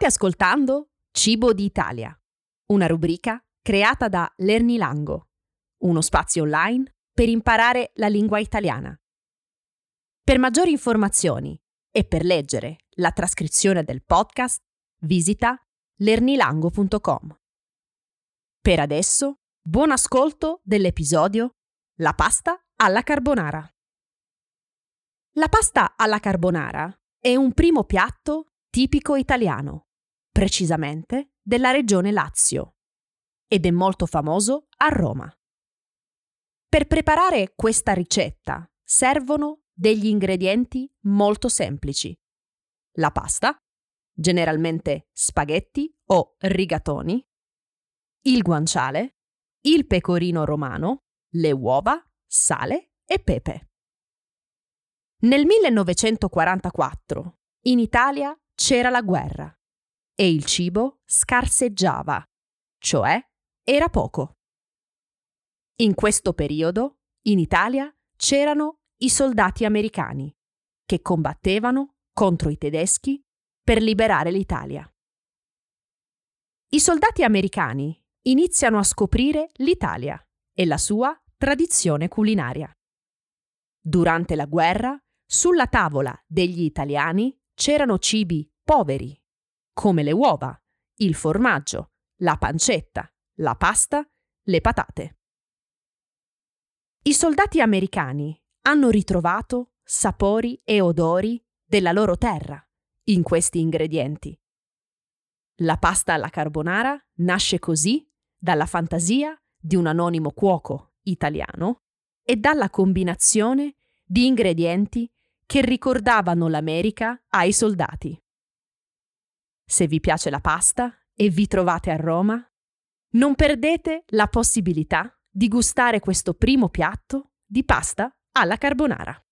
State ascoltando Cibo d'Italia, una rubrica creata da Lernilango, uno spazio online per imparare la lingua italiana. Per maggiori informazioni e per leggere la trascrizione del podcast, visita lernilango.com. Per adesso, buon ascolto dell'episodio La pasta alla carbonara. La pasta alla carbonara è un primo piatto tipico italiano, precisamente della regione Lazio, ed è molto famoso a Roma. Per preparare questa ricetta servono degli ingredienti molto semplici: la pasta, generalmente spaghetti o rigatoni, il guanciale, il pecorino romano, le uova, sale e pepe. Nel 1944 in Italia c'era la guerra e il cibo scarseggiava, cioè era poco. In questo periodo in Italia c'erano i soldati americani che combattevano contro i tedeschi per liberare l'Italia. I soldati americani iniziano a scoprire l'Italia e la sua tradizione culinaria. Durante la guerra, sulla tavola degli italiani c'erano cibi poveri, come le uova, il formaggio, la pancetta, la pasta, le patate. I soldati americani hanno ritrovato sapori e odori della loro terra in questi ingredienti. La pasta alla carbonara nasce così dalla fantasia di un anonimo cuoco italiano e dalla combinazione di ingredienti che ricordavano l'America ai soldati. Se vi piace la pasta e vi trovate a Roma, non perdete la possibilità di gustare questo primo piatto di pasta alla carbonara.